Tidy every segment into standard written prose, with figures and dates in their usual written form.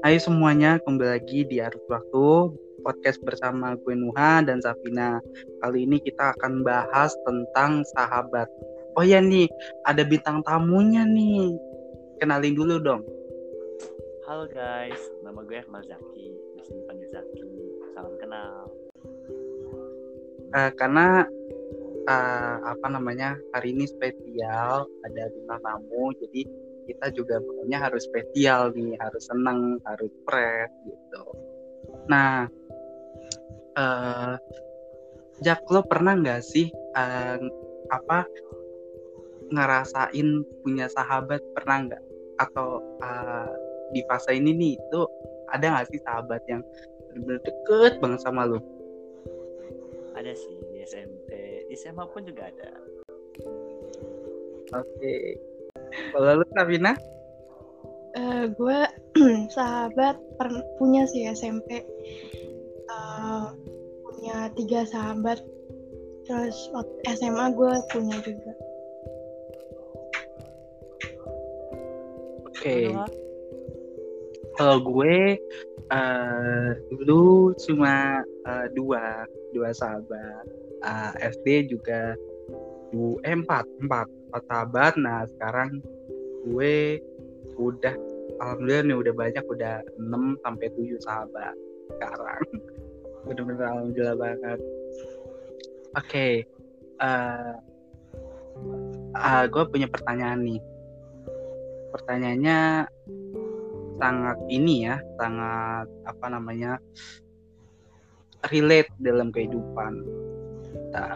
Hai semuanya, kembali lagi di Arus Waktu podcast bersama gue Nuha dan Safina. Kali ini kita akan bahas tentang sahabat. Oh ya nih, ada bintang tamunya nih. Kenalin dulu dong. Halo guys, nama gue Akmal Zaki. Bisa dipanggil Zaki. Salam kenal. Karena hari ini spesial, ada bintang tamu, jadi kita juga pokoknya harus spesial nih, harus seneng, harus fresh gitu. Nah, Jak, lo pernah nggak sih ngerasain punya sahabat, pernah nggak? Atau di fase ini nih, itu ada nggak sih sahabat yang benar-benar deket banget sama lo? Ada sih di SMP, di SMA pun juga ada. Oke. Kalau lo, Sabina? Gue sahabat punya sih SMP. Punya 3 sahabat. Terus waktu SMA gue punya juga. Oke. Kalau gue dulu cuma dua sahabat. SD juga empat sahabat. Nah sekarang gue udah alhamdulillah nih udah banyak, udah 6 sampai 7 sahabat sekarang. Bener-bener alhamdulillah banget. Oke. Gue punya pertanyaan nih. Pertanyaannya sangat relate dalam kehidupan kita.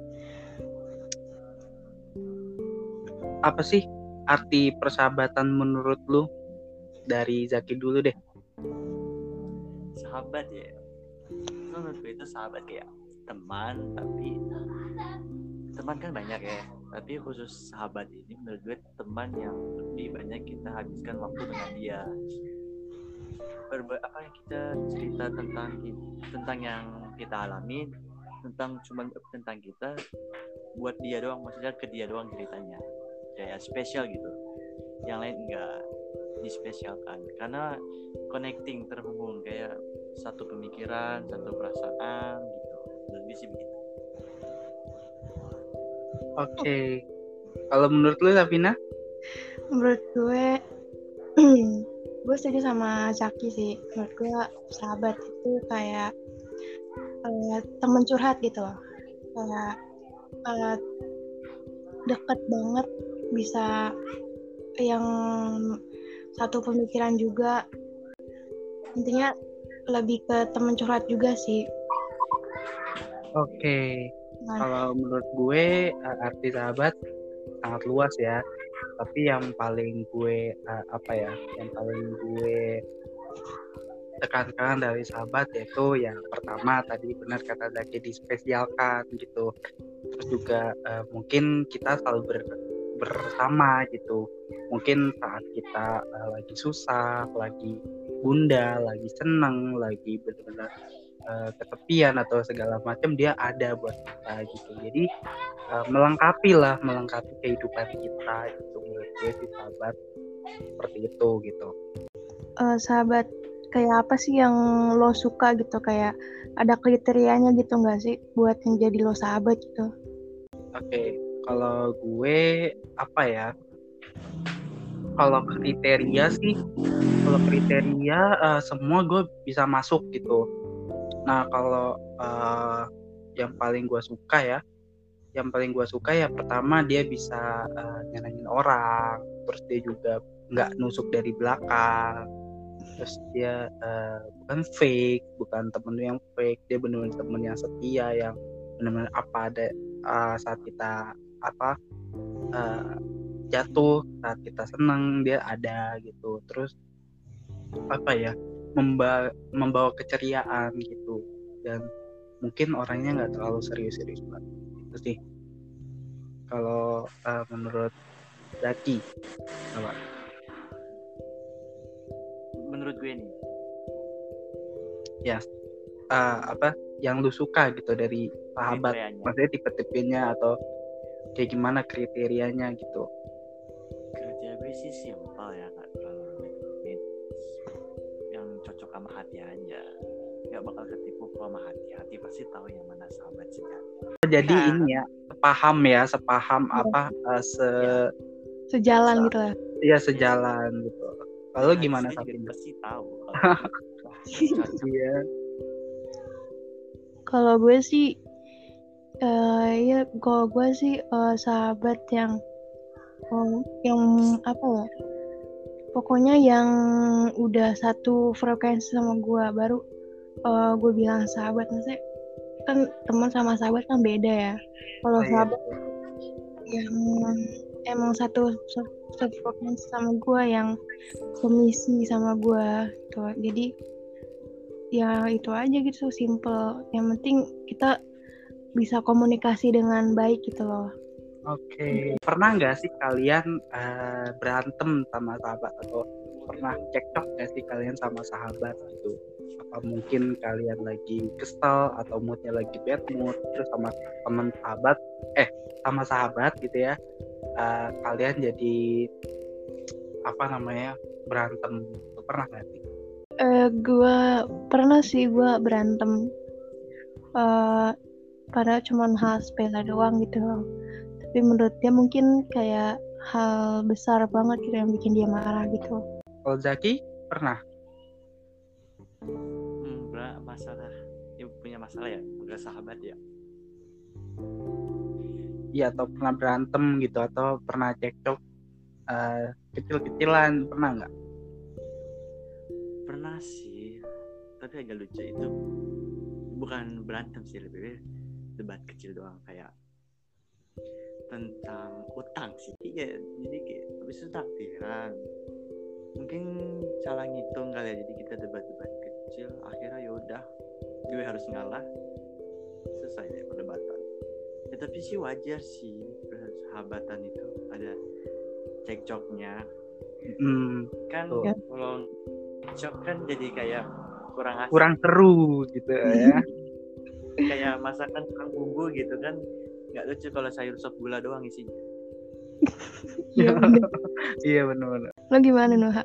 Apa sih arti persahabatan menurut lu? Dari Zaki dulu deh. Sahabat ya, menurut gue itu sahabat kayak teman, tapi teman kan banyak ya. Tapi khusus sahabat ini menurut gue teman yang lebih banyak kita habiskan waktu dengan dia. Kita cerita tentang yang kita alami, tentang kita, buat dia doang, maksudnya ke dia doang ceritanya, kayak spesial gitu. Yang lain enggak dispesialkan, karena connecting, terhubung, kayak satu pemikiran, satu perasaan gitu. Lebih sih begitu. Oke. Kalau menurut lu, Safina? Menurut gue gue setuju sama Zaki sih. Menurut gue sahabat itu kayak teman curhat gitu loh. Kayak deket banget, bisa yang satu pemikiran juga. Intinya lebih ke teman curhat juga sih. Oke. Kalau menurut gue arti sahabat sangat luas ya. Tapi yang paling gue tekankan dari sahabat yaitu yang pertama tadi benar kata Zaki, dispesialkan gitu. Terus juga mungkin kita selalu bersama gitu. Mungkin saat kita lagi susah, lagi bunda, lagi senang, lagi benar-benar kesepian atau segala macam, dia ada buat kita gitu. Jadi melengkapi kehidupan kita gitu. Menurut gue sih sahabat seperti itu gitu. Sahabat kayak apa sih yang lo suka gitu, kayak ada kriterianya gitu nggak sih buat yang jadi lo sahabat gitu? Oke, kalau gue kalau kriteria semua gue bisa masuk gitu. Nah kalau yang paling gue suka ya pertama dia bisa nyenengin orang, terus dia juga nggak nusuk dari belakang, terus dia bukan temen yang fake, dia benar-benar temen yang setia, yang benar-benar saat kita jatuh, saat kita senang dia ada gitu. Terus membawa keceriaan gitu, dan mungkin orangnya nggak terlalu serius-serius banget. Itu sih kalau menurut Zaki. Menurut gue nih ya yang lu suka gitu dari sahabat, maksudnya tipe-tipenya atau kayak gimana kriterianya gitu. Kriteria gue sih simpel ya, nggak terlalu rumit. Yang sama hati aja, nggak bakal ketipu sama hati pasti tahu yang mana sahabat sejati. Jadi Ya. ini ya sepaham Iya. apa Ya, Sejalan bisa. gitu lah. ya sejalan gitu. Lalu Ya, gimana saya juga Sabina? pasti tahu kalau cocok. Iya. Kalau gue sih, ya kalau gue sih sahabat yang apa ya? Pokoknya yang udah satu frekuensi sama gue baru gue bilang sahabat. Maksudnya kan teman sama sahabat kan beda ya. Kalau Oh, iya. sahabat yang emang satu frekuensi sama gue, yang semisi sama gue gitu. Jadi ya itu aja gitu, simple. Yang penting kita bisa komunikasi dengan baik gitu loh. Oke. Pernah nggak sih kalian berantem sama sahabat, atau pernah cekcok nggak sih kalian sama sahabat gitu? Apa mungkin kalian lagi kesel atau moodnya lagi bad mood, terus sama teman sahabat gitu ya, kalian jadi apa namanya berantem? Pernah nggak sih? Gue pernah sih gue berantem. Padahal cuma hal sepele doang gitu. Tapi menurut dia mungkin kayak hal besar banget gitu yang bikin dia marah gitu. Kalau Zaki pernah? Masalah, ya punya masalah ya, udah sahabat ya. Iya, atau pernah berantem gitu, atau pernah cekcok kecil-kecilan, pernah nggak? Pernah sih, tapi agak lucu itu. Bukan berantem sih, lebih debat kecil doang, kayak tentang utang sih. Iya, jadi kayak habis itu takdiran. Mungkin salah ngitung kali ya, jadi kita debat-debat kecil. Akhirnya yaudah, gue harus ngalah. Selesai deh perdebatan. Ya, tapi sih wajar sih, persahabatan itu ada cekcoknya. Kan tuh. kalau cekcok kan jadi kayak kurang asik. Kurang seru gitu ya. Kayak masakan kurang bumbu gitu kan, nggak lucu kalau sayur sop gula doang isinya. Iya bener. Iya benar-benar. Lo gimana Noha?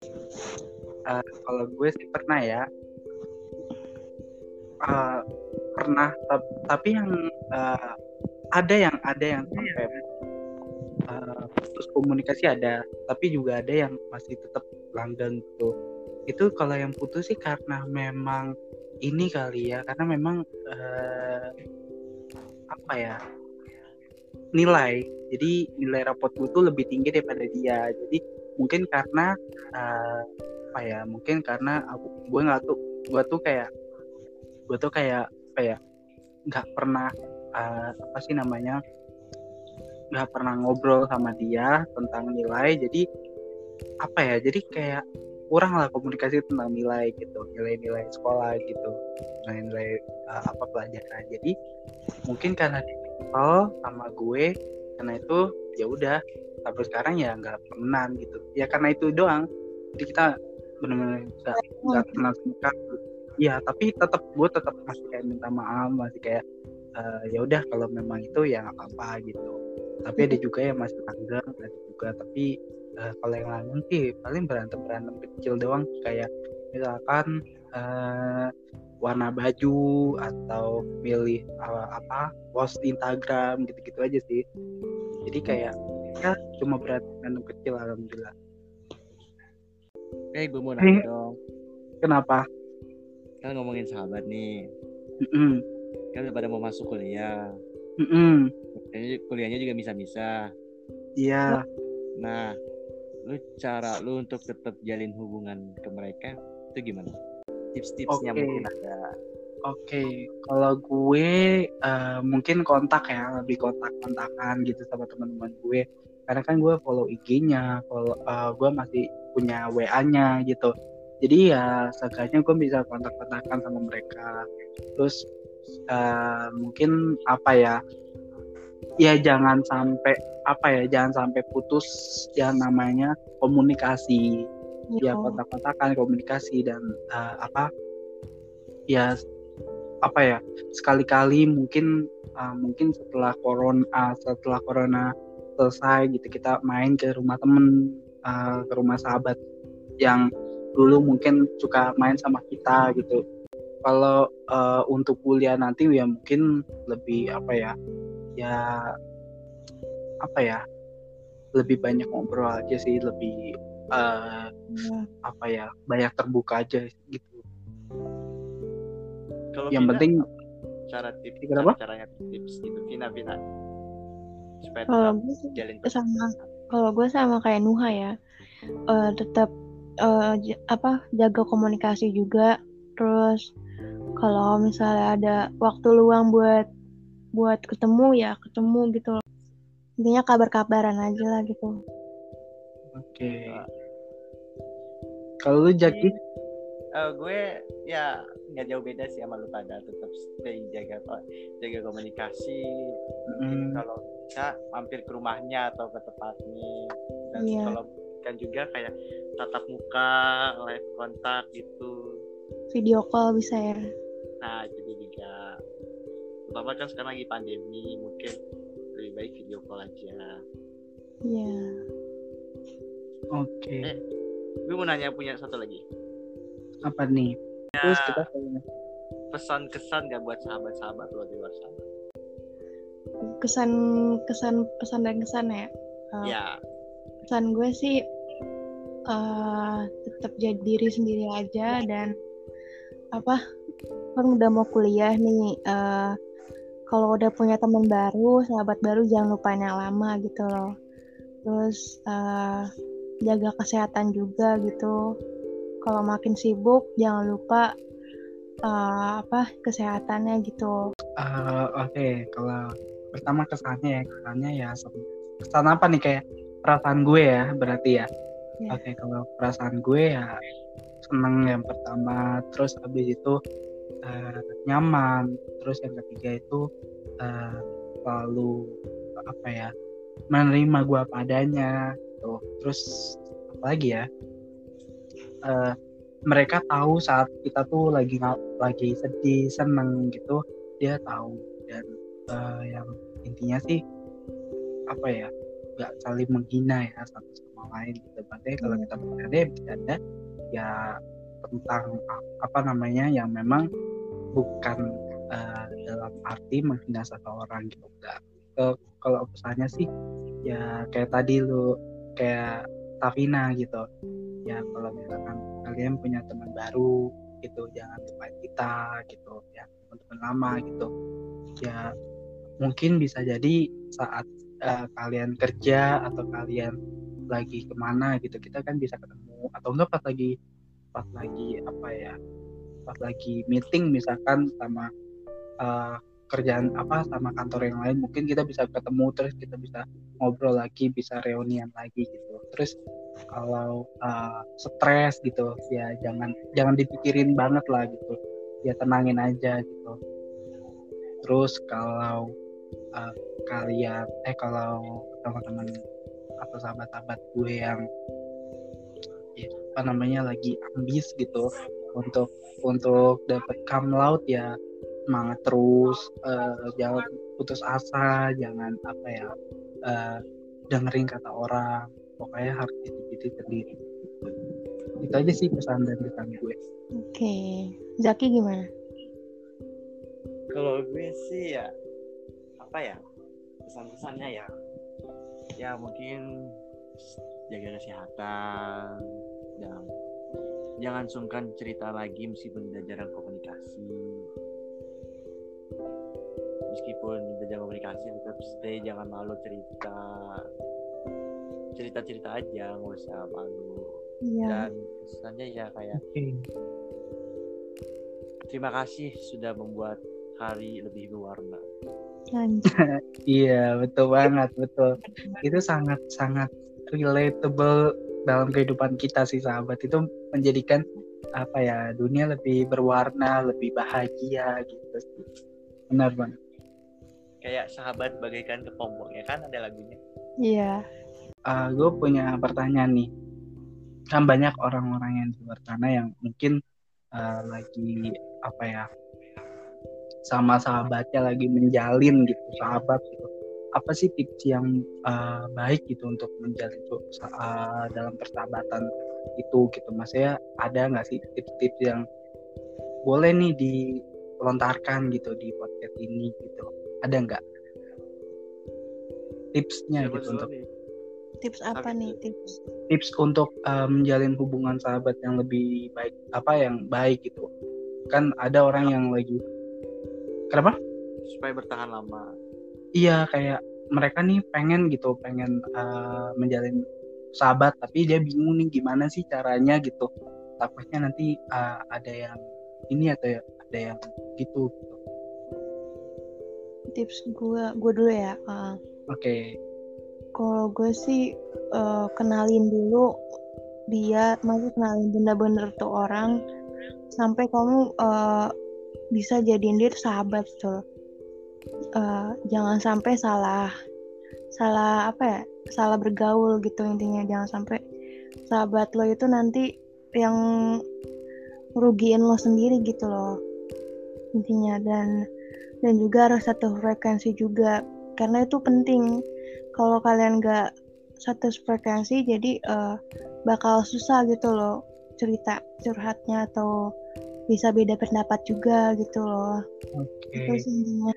Kalau gue sih pernah ya. Pernah, tapi yang ada yang sampai putus komunikasi ada, tapi juga ada yang masih tetap langgeng gitu. Itu kalau yang putus sih karena memang ini kali ya, karena memang apa ya, nilai. Jadi nilai rapot gue tuh lebih tinggi daripada dia. Jadi mungkin karena apa ya, mungkin karena gue tuh kayak nggak pernah apa sih namanya, nggak pernah ngobrol sama dia tentang nilai. Jadi apa ya, jadi kayak kurang lah komunikasi tentang nilai gitu, nilai-nilai sekolah gitu, nilai apa pelajaran. Jadi mungkin karena dia kesel sama gue, karena itu ya udah sampai sekarang ya nggak temenan gitu ya, karena itu doang. Jadi kita benar-benar nggak kenal singkat. Ya tapi gue tetap masih kayak minta maaf, masih kayak ya udah kalau memang itu ya nggak apa-apa gitu. Tapi ada juga yang masih langgeng, ada juga. Tapi kalau yang langgeng sih paling berantem kecil doang, kayak misalkan warna baju atau milih post Instagram gitu-gitu aja sih. Jadi kayak ya cuma berantem kecil, alhamdulillah. Gue mau nanya dong. Kenapa? Kan ngomongin sahabat nih. Kan udah pada mau masuk kuliah. Kuliahnya juga bisa-bisa. Iya. Nah, cara lu untuk tetap jalin hubungan ke mereka itu gimana? Tips-tipsnya mungkin ada. Oke, kalau gue mungkin kontak ya, lebih kontak-kontakan gitu sama teman-teman gue. Karena kan gue follow IG-nya, gue masih punya WA-nya gitu. Jadi ya seenggaknya gue bisa kontak-kontakan sama mereka. Terus mungkin jangan sampai putus yang namanya komunikasi. Ya kontak-kontakan, komunikasi, dan sekali-kali mungkin setelah corona selesai gitu, kita main ke rumah temen, ke rumah sahabat yang dulu mungkin suka main sama kita gitu. Kalau untuk kuliah nanti ya mungkin lebih lebih banyak ngobrol aja sih, lebih banyak terbuka aja gitu. Kalau Yang Vina, penting kenapa? caranya tips gitu Vina supaya Kalau tetap gue sih jalin kalau gue sama kayak Nuha ya, tetap jaga komunikasi juga. Terus kalau misalnya ada waktu luang buat ketemu ya ketemu gitu loh. Intinya kabar-kabaran aja lah gitu. Oke. Kalau lu Jaki? Gue ya nggak jauh beda sih sama lu pada, tetap stay jaga komunikasi. Mungkin kalau bisa mampir ke rumahnya atau ke tempatnya, dan kalau kan juga kayak tatap muka, live kontak gitu, video call bisa ya. Nah jadi juga terutama kan sekarang lagi pandemi, mungkin lebih baik video call aja. Iya. Oke. Gue mau punya satu lagi. Apa nih? Terus kita pesan-kesan gak buat sahabat-sahabat lo di luar sana? Pesan dan kesan ya. Ya. Pesan gue sih tetap jadi diri sendiri aja, dan kan udah mau kuliah nih, kalau udah punya teman baru, sahabat baru, jangan lupain yang lama gitu loh. Terus jaga kesehatan juga gitu. Kalau makin sibuk jangan lupa kesehatannya gitu. Oke. Kalau pertama kesannya ya kesan apa nih, kayak perasaan gue ya berarti ya. Oke, kalau perasaan gue ya seneng yang pertama, terus habis itu nyaman, terus yang ketiga itu selalu menerima gue apa adanya gitu. Terus apa lagi ya, mereka tahu saat kita tuh lagi sedih, seneng gitu, dia tahu. Dan yang intinya sih nggak saling menghina ya satu sama lain gitu. Berarti kalau kita bercanda ya tentang yang memang bukan dalam arti menghina seseorang gitu. Kalau pesannya sih ya kayak tadi lu, kayak Tavina gitu ya, kalau misalkan kalian punya teman baru gitu, jangan lupain kita gitu ya, teman-teman lama gitu ya. Mungkin bisa jadi saat kalian kerja atau kalian lagi kemana gitu, kita kan bisa ketemu, atau enggak pas lagi meeting misalkan sama kerjaan sama kantor yang lain, mungkin kita bisa ketemu, terus kita bisa ngobrol lagi, bisa reunian lagi gitu. Terus kalau stres gitu ya jangan dipikirin banget lah gitu ya, tenangin aja gitu. Terus kalau kalau teman-teman atau sahabat-sahabat gue yang lagi ambis gitu untuk dapat cum laude ya, semangat terus, jangan putus asa, jangan dengerin kata orang, pokoknya harus jadi sendiri. Itu aja sih pesan dan kesan gue. Oke. Zaki gimana? Kalau gue sih ya pesan-pesannya ya mungkin jaga kesehatan, dan jangan sungkan cerita lagi meskipun udah jarang komunikasi. Meskipun udah jarang komunikasi, tetap stay, jangan malu cerita aja, nggak usah malu. Dan kesannya ya kayak terima kasih sudah membuat hari lebih berwarna. Iya, betul banget, betul. Itu sangat relatable dalam kehidupan kita sih, sahabat. Itu menjadikan dunia lebih berwarna, lebih bahagia gitu sih. Benar banget. Kayak sahabat bagaikan kepompong, ya kan, ada lagunya. Iya. Gue punya pertanyaan nih. Kan banyak orang-orang yang di luar sana yang mungkin lagi sama sahabatnya lagi menjalin gitu, sahabat gitu. Apa sih tips yang baik gitu untuk menjalin dalam persahabatan itu gitu. Maksudnya ada nggak sih tips-tips yang boleh nih dilontarkan gitu di podcast ini gitu? Ada nggak tipsnya Siapa gitu dulu untuk nih? Tips apa Habib nih dulu. tips? untuk menjalin hubungan sahabat yang lebih baik, apa yang baik gitu? Kan ada orang yang lagi kenapa? Supaya bertahan lama. Iya, kayak mereka nih pengen menjalin sahabat tapi dia bingung nih gimana sih caranya gitu. Takutnya nanti ada yang ini atau ada yang gitu. Tips gue dulu ya. Oke. Kalau gue sih kenalin dulu dia, maksudnya kenalin bener-bener tuh orang sampai kamu bisa jadiin dia tuh sahabat tuh. Jangan sampai salah apa ya, salah bergaul gitu intinya. Jangan sampai sahabat lo itu nanti yang ngerugiin lo sendiri gitu loh intinya. Dan juga harus satu frekuensi juga, karena itu penting. Kalau kalian gak satu frekuensi jadi bakal susah gitu loh cerita curhatnya, atau bisa beda pendapat juga gitu loh. Itu Oke. sih intinya.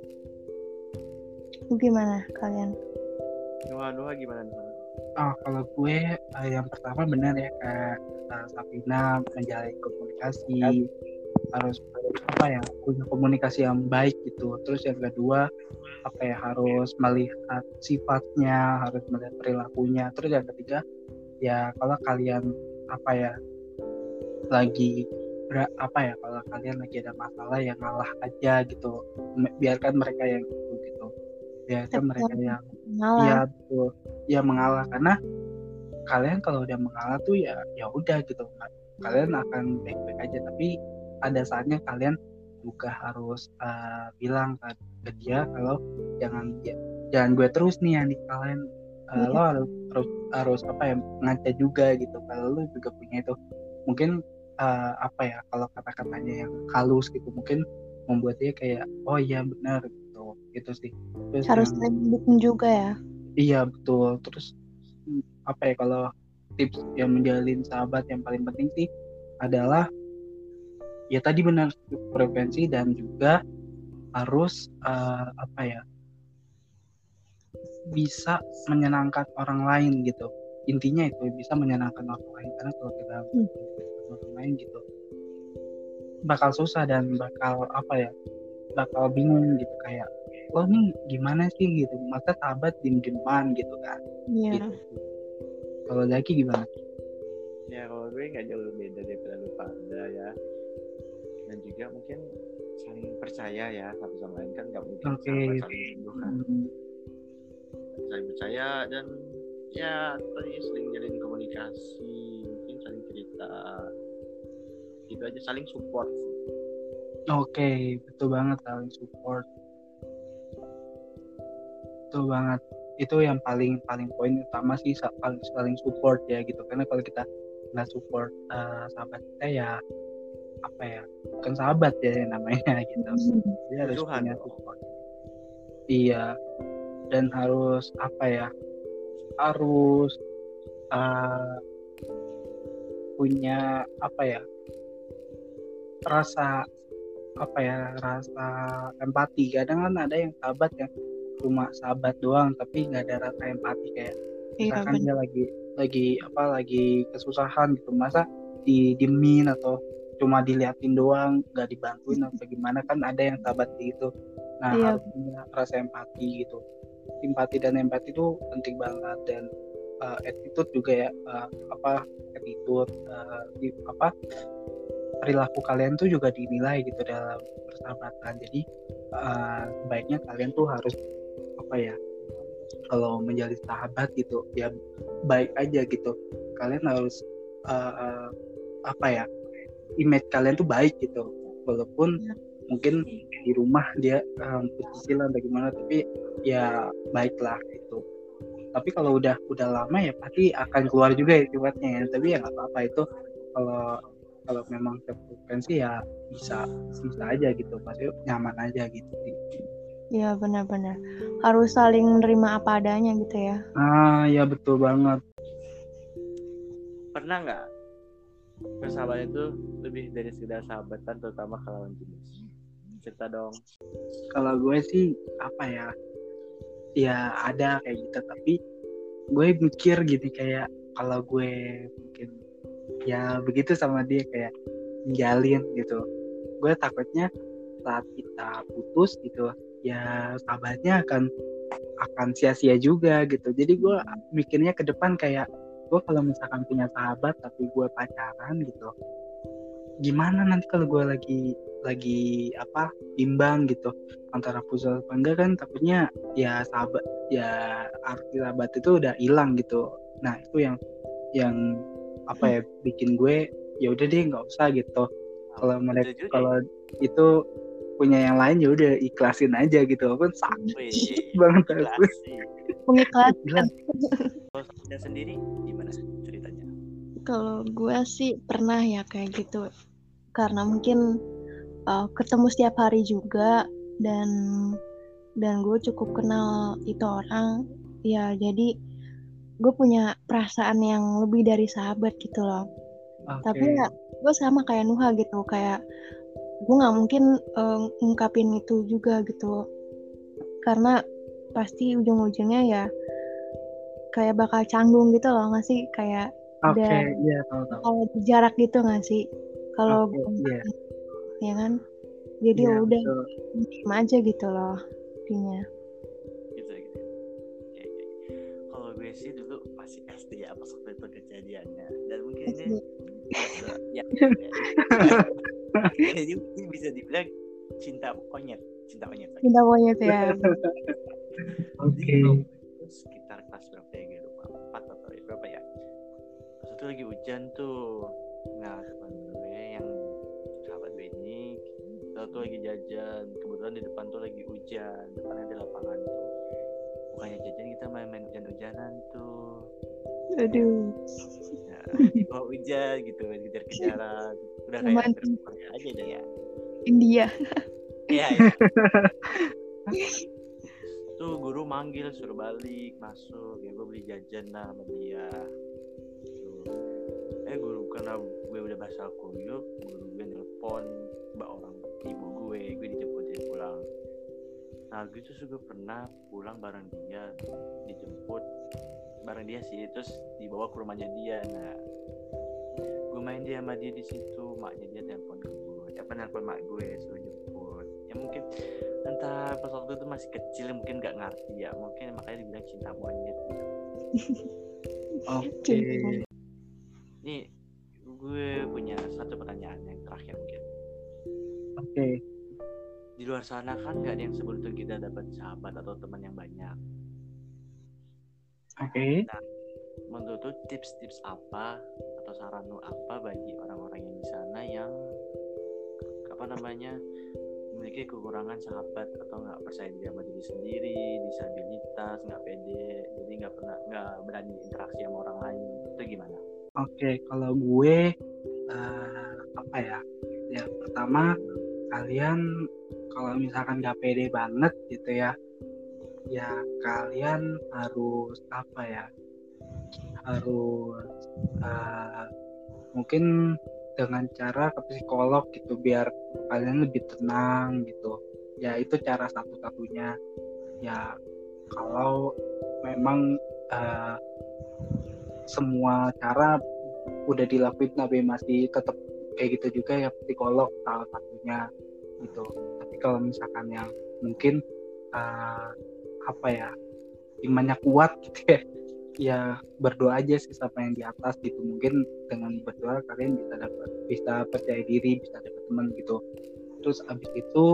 Itu gimana kalian? Doa gimana nih? Kalau gue yang pertama benar ya Kak Safina, menjalin komunikasi harus punya komunikasi yang baik gitu. Terus yang kedua harus melihat sifatnya, harus melihat perilakunya. Terus yang ketiga ya kalau kalian lagi kalau kalian lagi ada masalah ya ngalah aja gitu. Biarkan mereka yang gitu. Biarkan mereka yang Malah. betul. Ya mengalah, karena kalian kalau udah mengalah tuh ya udah gitu. Kalian akan baik-baik aja, tapi ada saatnya kalian juga harus bilang ke dia kalau jangan gue terus nih yang di kalian. Lo harus ngaca juga gitu. Kalau lo juga punya itu mungkin kalau kata-katanya yang halus gitu mungkin membuat dia kayak oh iya benar gitu sih. Terus Harus yang dukung juga ya. iya betul. Terus kalau tips yang menjalin sahabat yang paling penting sih adalah ya tadi benar frekuensi, dan juga harus bisa menyenangkan orang lain gitu. Intinya itu bisa menyenangkan orang lain, karena kalau kita menyenangkan orang lain gitu bakal susah dan bakal bingung gitu, kayak lo nih gimana sih gitu, masa sahabat diem-dieman gitu kan. Iya. Gitu. Kalau Zaki gimana? Ya kalau gue nggak jauh beda daripada lu pada ya. Dan juga mungkin saling percaya ya satu sama lain, kan nggak mungkin sahabat saling sembuh kan. Saling percaya dan ya tadi saling jalin komunikasi, mungkin saling cerita, itu aja, saling support sih. Oke, betul banget, saling support. Betul banget. Itu yang paling poin utama sih, saling support ya gitu. Karena kalau kita nggak support sahabat kita ya bukan sahabat ya namanya gitu. Jadi harus punya support. Iya. Dan harus harus punya rasa empati. Kadang kan ada yang sahabat yang cuma sahabat doang tapi nggak ada rasa empati, kayak misalkan dia lagi kesusahan gitu, masa didiemin atau cuma diliatin doang, nggak dibantuin atau gimana. Kan ada yang sahabat gitu. Nah harus punya rasa empati gitu. Simpati dan empati itu penting banget. Dan attitude juga ya, attitude perilaku kalian tuh juga dinilai gitu dalam persahabatan. Jadi sebaiknya kalian tuh harus kalau menjalin sahabat gitu ya baik aja gitu. Kalian harus image kalian tuh baik gitu, walaupun mungkin di rumah dia kecicilan bagaimana, tapi ya baiklah gitu. Tapi kalau udah lama ya pasti akan keluar juga ya sifatnya ya. Tapi ya nggak apa-apa itu, kalau memang frekuensi ya bisa aja gitu, pasti nyaman aja gitu sih. Iya benar-benar harus saling menerima apa adanya gitu ya. Ya betul banget. pernah nggak persahabatan itu lebih dari sekedar sahabatan, terutama ke lawan jenis? Cerita dong. Kalau gue sih apa ya ada kayak gitu, tapi gue mikir gini kayak kalau gue mungkin ya begitu sama dia kayak ninggalin gitu, gue takutnya saat kita putus gitu ya sahabatnya akan sia-sia juga gitu. Jadi gue mikirnya ke depan kayak gue kalau misalkan punya sahabat tapi gue pacaran gitu, gimana nanti kalau gue lagi apa imbang gitu antara putus apa enggak, kan takutnya ya sahabat ya arti sahabat itu udah hilang gitu. Nah itu yang apa ya bikin gue ya udah deh nggak usah gitu. Kalau mereka kalau itu punya yang lain ya udah ikhlasin aja gitu, walaupun sakit banget aku. Mengikhlaskan. Kalau saya sendiri gimana ceritanya? Kalau gue sih pernah ya kayak gitu, karena mungkin ketemu setiap hari juga dan gue cukup kenal itu orang ya, jadi gue punya perasaan yang lebih dari sahabat gitu loh. Tapi ya gue sama kayak Nuha gitu, kayak gue nggak mungkin ngungkapin itu juga gitu, karena pasti ujung-ujungnya ya kayak bakal canggung gitu loh nggak sih, kayak Iya tahu. Jarak gitu nggak sih kalau ya kan, jadi udah diem aja gitu loh intinya. Gitu. Kalau gue sih dulu masih SD ya pas waktu itu kejadiannya, dan mungkin ini ini bisa dibilang cinta monyet ya. Oke. Sekitar kelas berapa ya, gue lupa, 4 atau berapa ya. Pas itu lagi hujan tuh. Nah teman gue yang sahabat gue ini, kita tuh lagi jajan. Kebetulan di depan tuh lagi hujan, depannya ada lapangan tuh. Bukannya jajan, kita main hujan-hujanan tuh. Aduh. Ya, di bawah hujan gitu, kejar-kejaran. Udah kayak hampir aja deh ya. India. Iya. Tuh guru manggil suruh balik masuk, ya gue beli jajan lah sama dia. Tuh. Guru karena gue udah bahasa kuyup, guru gue nelpon mbak orang ibu gue dijemput dia pulang. Nah gue tuh juga pernah pulang bareng dia, dijemput bareng dia sih, terus dibawa ke rumahnya dia. Nah gue main dia sama dia di situ, maknya dia telepon ke gue, nelpon mak gue suruh jemput. Ya mungkin entah pas waktu itu masih kecil, mungkin nggak ngerti ya, mungkin makanya dibilang cinta monyet gitu. Oke. Nih gue punya satu pertanyaan yang terakhir mungkin. Oke. Di luar sana kan nggak ada yang sebelum kita dapat sahabat atau teman yang banyak. Oke. Nah, menurut lu tips-tips apa atau saran lu apa bagi orang-orang yang di sana yang memiliki kekurangan sahabat atau nggak percaya diri sama diri sendiri, disabilitas, nggak pede, jadi nggak berani interaksi sama orang lain, itu gimana? Oke, kalau gue ya pertama kalian kalau misalkan nggak pede banget gitu ya kalian harus mungkin dengan cara ke psikolog gitu biar kalian lebih tenang gitu ya. Itu cara satu-satunya ya, kalau memang semua cara udah dilakuin tapi masih tetap kayak gitu juga ya, psikolog salah satunya gitu. Tapi kalau misalkan yang mungkin imannya kuat gitu ya berdoa aja sih sama yang di atas gitu. Mungkin dengan berdoa kalian bisa percaya diri, bisa dapat teman gitu. Terus abis itu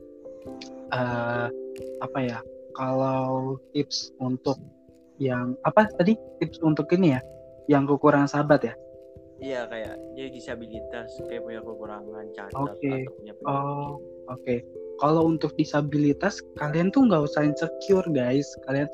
kalau tips untuk yang tips untuk ini ya, yang kekurangan sahabat ya. Iya, kayak dia disabilitas, kayak punya kekurangan, cacat atau punya penyakit. Oke. Kalau untuk disabilitas kalian tuh nggak usah insecure guys,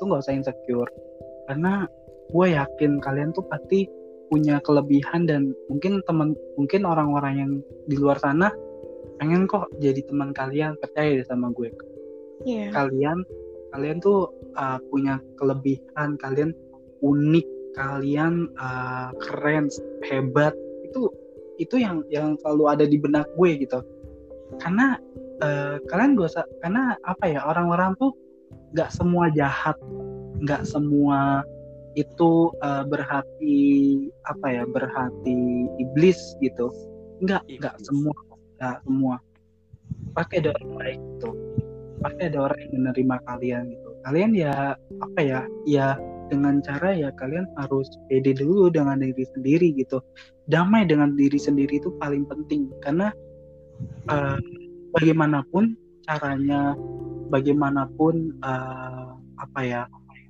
karena gue yakin kalian tuh pasti punya kelebihan dan mungkin orang-orang yang di luar sana pengen kok jadi teman kalian, percaya deh sama gue. Kalian tuh punya kelebihan, kalian unik, kalian keren, hebat, itu yang selalu ada di benak gue gitu. Karena kalian gak usah, karena apa ya, orang-orang tuh nggak semua jahat, nggak semua itu berhati apa ya, berhati iblis gitu. Nggak semua. Pasti ada orang baik gitu. Pasti ada orang yang menerima kalian gitu. Kalian ya apa ya, ya dengan cara ya kalian harus pede dulu dengan diri sendiri gitu. Damai dengan diri sendiri itu paling penting, karena bagaimanapun caranya, bagaimanapun apa ya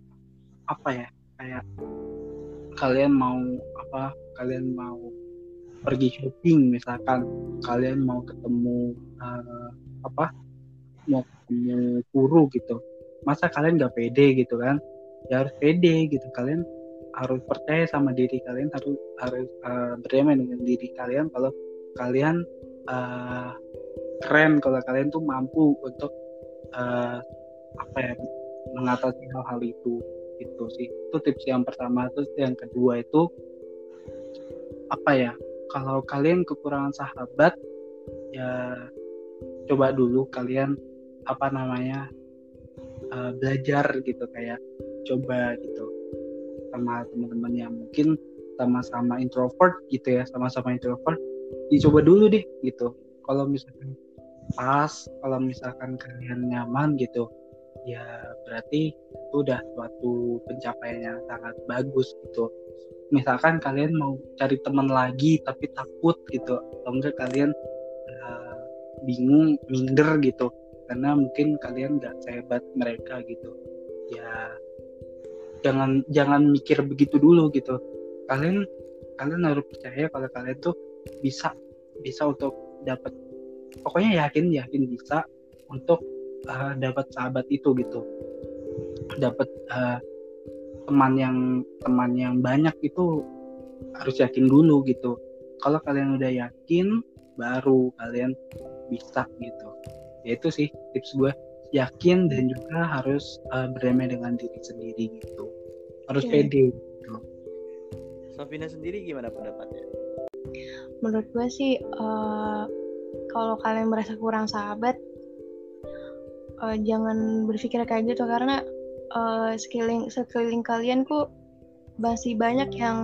kayak kalian mau pergi shopping misalkan, kalian mau ketemu mau ketemu guru gitu, masa kalian nggak pede gitu kan? Ya harus pede gitu, kalian harus percaya sama diri kalian, harus berdamai dengan diri kalian kalau kalian keren, kalau kalian tuh mampu untuk mengatasi hal-hal itu sih. Itu tips yang pertama. Terus yang kedua itu kalau kalian kekurangan sahabat, ya coba dulu kalian belajar gitu, kayak coba gitu sama teman-teman yang mungkin sama-sama introvert gitu ya, dicoba dulu deh gitu. Kalau misalkan kalian nyaman gitu, ya berarti itu udah suatu pencapaian yang sangat bagus gitu. Misalkan kalian mau cari teman lagi tapi takut gitu, atau enggak kalian bingung, minder gitu, karena mungkin kalian nggak sehebat mereka gitu, ya jangan mikir begitu dulu gitu. Kalian harus percaya kalau kalian tuh bisa untuk dapat, pokoknya yakin bisa untuk dapat sahabat itu gitu, dapat teman yang banyak itu harus yakin dulu gitu. Kalau kalian udah yakin, baru kalian bisa gitu. Ya itu sih tips gue, yakin dan juga harus berdamai dengan diri sendiri gitu, harus pede gitu. Safina sendiri gimana pendapatnya? Menurut gue sih kalau kalian merasa kurang sahabat, jangan berpikir kayak gitu, karena sekeliling kalian kok masih banyak yang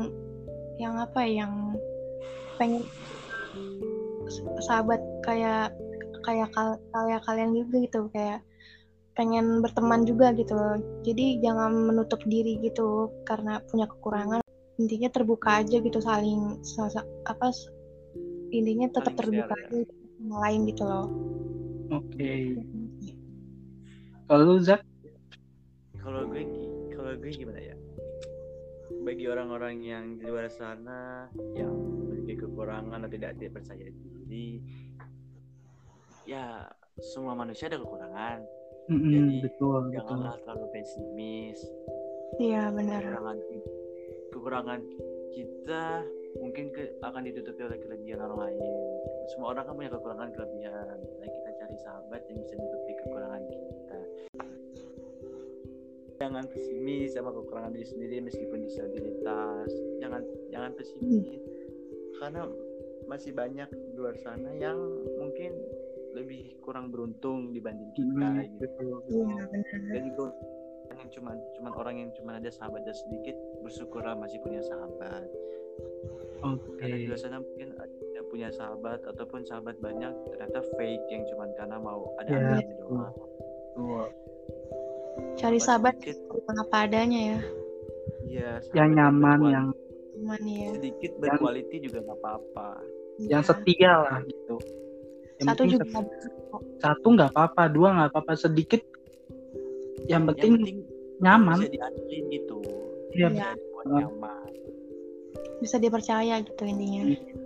pengen sahabat kayak kalian juga gitu, kayak pengen berteman juga gitu. Jadi jangan menutup diri gitu karena punya kekurangan. Intinya terbuka aja gitu, intinya tetap terbuka aja sama lain gitu loh. Oke. Kalau lu, Zak? Kalau gue gimana ya? Bagi orang-orang yang di luar sana yang memiliki kekurangan atau tidak percaya diri, ya semua manusia ada kekurangan. Jadi janganlah terlalu pesimis. Iya, benar. Kekurangan kita mungkin akan ditutupi oleh kelebihan orang lain. Semua orang kan punya kekurangan kelebihan. Nah, kita cari sahabat yang bisa menutupi kekurangan kita. Jangan pesimis sama kekurangan diri sendiri meskipun disabilitas. Jangan pesimis. Karena masih banyak di luar sana yang mungkin lebih kurang beruntung dibanding kita gitu. Iya, benar. Dan juga yang cuman orang yang cuma ada sahabatnya sedikit, bersyukurlah masih punya sahabat. Karena di luar sana mungkin ada punya sahabat ataupun sahabat banyak ternyata fake, yang cuman karena mau ada anaknya doang. Cari sahabat apa adanya ya. Iya, yang nyaman, yang ya. Sedikit berkualiti juga nggak apa-apa. Yang setia lah gitu. Satu juga satu nggak apa-apa, dua nggak apa-apa, sedikit yang penting nyaman. Bisa diandelin gitu. Iya. Bisa dibuat nyaman. Bisa dipercaya gitu intinya.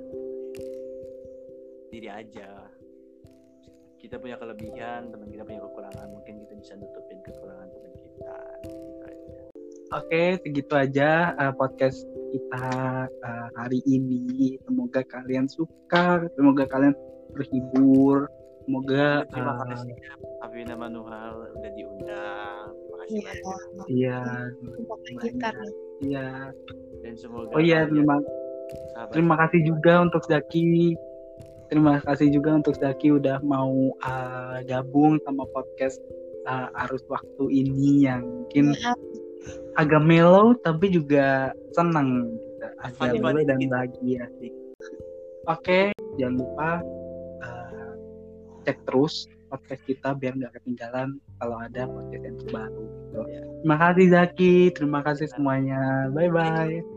Diri aja. Kita punya kelebihan, teman kita punya kekurangan, mungkin kita bisa nutupin kekurangan teman kita. Gitu aja. Oke, segitu aja podcast kita hari ini. Semoga kalian suka, semoga kalian terhibur, semoga terima kasih Safina Manuhal udah diundang. Terima kasih banyak. Iya. Iya. Dan semoga Oh iya, sahabat terima kasih juga untuk Zaki. Terima kasih juga untuk Zaki udah mau gabung sama podcast Arus Waktu ini yang mungkin agak mellow tapi juga senang gitu. Agak mellow dan bahagia. Oke, jangan lupa cek terus podcast kita biar nggak ketinggalan kalau ada podcast yang terbaru gitu. Terima kasih Zaki, terima kasih semuanya. Bye bye.